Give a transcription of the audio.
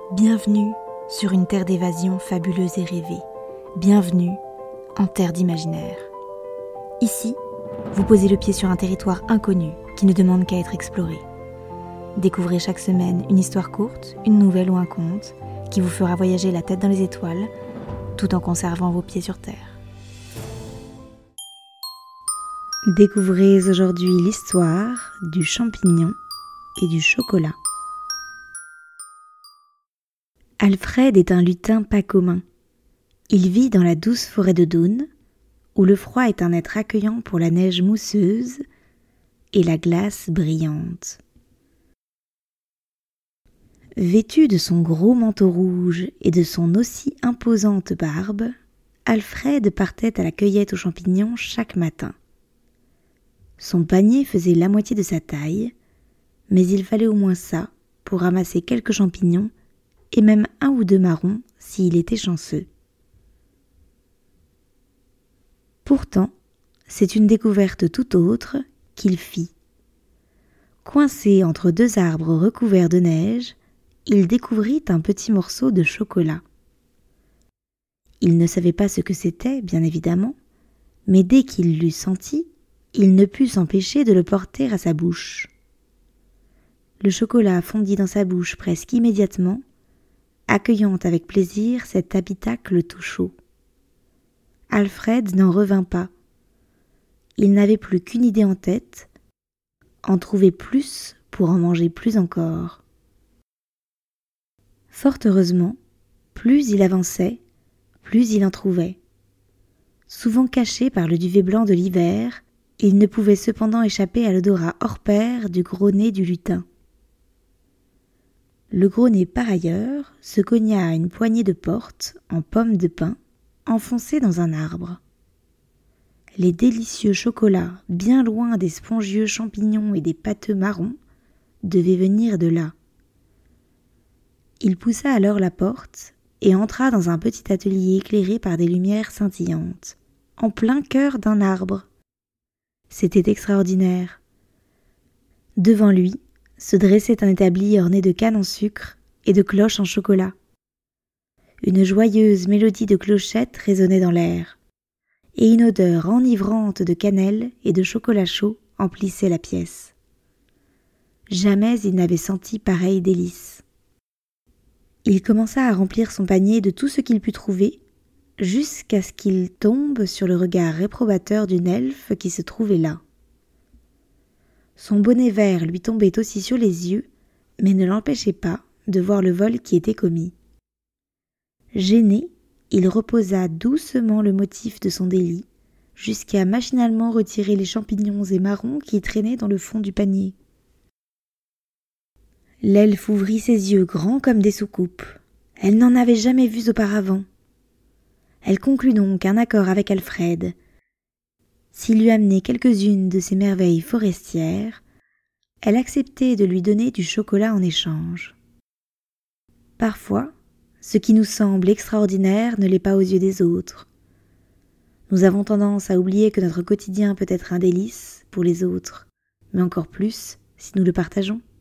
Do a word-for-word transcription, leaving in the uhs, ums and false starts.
Bienvenue sur une terre d'évasion fabuleuse et rêvée. Bienvenue en terre d'imaginaire. Ici, vous posez le pied sur un territoire inconnu qui ne demande qu'à être exploré. Découvrez chaque semaine une histoire courte, une nouvelle ou un conte qui vous fera voyager la tête dans les étoiles tout en conservant vos pieds sur terre. Découvrez aujourd'hui l'histoire du champignon et du chocolat. Alfred est un lutin pas commun. Il vit dans la douce forêt de Doune, où le froid est un être accueillant pour la neige mousseuse et la glace brillante. Vêtu de son gros manteau rouge et de son aussi imposante barbe, Alfred partait à la cueillette aux champignons chaque matin. Son panier faisait la moitié de sa taille, mais il fallait au moins ça pour ramasser quelques champignons et même un ou deux marrons s'il était chanceux. Pourtant, c'est une découverte tout autre qu'il fit. Coincé entre deux arbres recouverts de neige, il découvrit un petit morceau de chocolat. Il ne savait pas ce que c'était, bien évidemment, mais dès qu'il l'eut senti, il ne put s'empêcher de le porter à sa bouche. Le chocolat fondit dans sa bouche presque immédiatement, accueillant avec plaisir cet habitacle tout chaud. Alfred n'en revint pas. Il n'avait plus qu'une idée en tête, en trouver plus pour en manger plus encore. Fort heureusement, plus il avançait, plus il en trouvait. Souvent caché par le duvet blanc de l'hiver, il ne pouvait cependant échapper à l'odorat hors pair du gros nez du lutin. Le gros nez, par ailleurs, se cogna à une poignée de porte en pomme de pin, enfoncée dans un arbre. Les délicieux chocolats, bien loin des spongieux champignons et des pâteux marrons, devaient venir de là. Il poussa alors la porte et entra dans un petit atelier éclairé par des lumières scintillantes, en plein cœur d'un arbre. C'était extraordinaire. Devant lui se dressait un établi orné de cannes en sucre et de cloches en chocolat. Une joyeuse mélodie de clochettes résonnait dans l'air, et une odeur enivrante de cannelle et de chocolat chaud emplissait la pièce. Jamais il n'avait senti pareil délice. Il commença à remplir son panier de tout ce qu'il put trouver, jusqu'à ce qu'il tombe sur le regard réprobateur d'une elfe qui se trouvait là. Son bonnet vert lui tombait aussi sur les yeux, mais ne l'empêchait pas de voir le vol qui était commis. Gêné, il reposa doucement le motif de son délit, jusqu'à machinalement retirer les champignons et marrons qui traînaient dans le fond du panier. L'elfe ouvrit ses yeux grands comme des soucoupes. Elle n'en avait jamais vu auparavant. Elle conclut donc un accord avec Alfred. S'il lui amenait quelques-unes de ces merveilles forestières, elle acceptait de lui donner du chocolat en échange. Parfois, ce qui nous semble extraordinaire ne l'est pas aux yeux des autres. Nous avons tendance à oublier que notre quotidien peut être un délice pour les autres, mais encore plus si nous le partageons.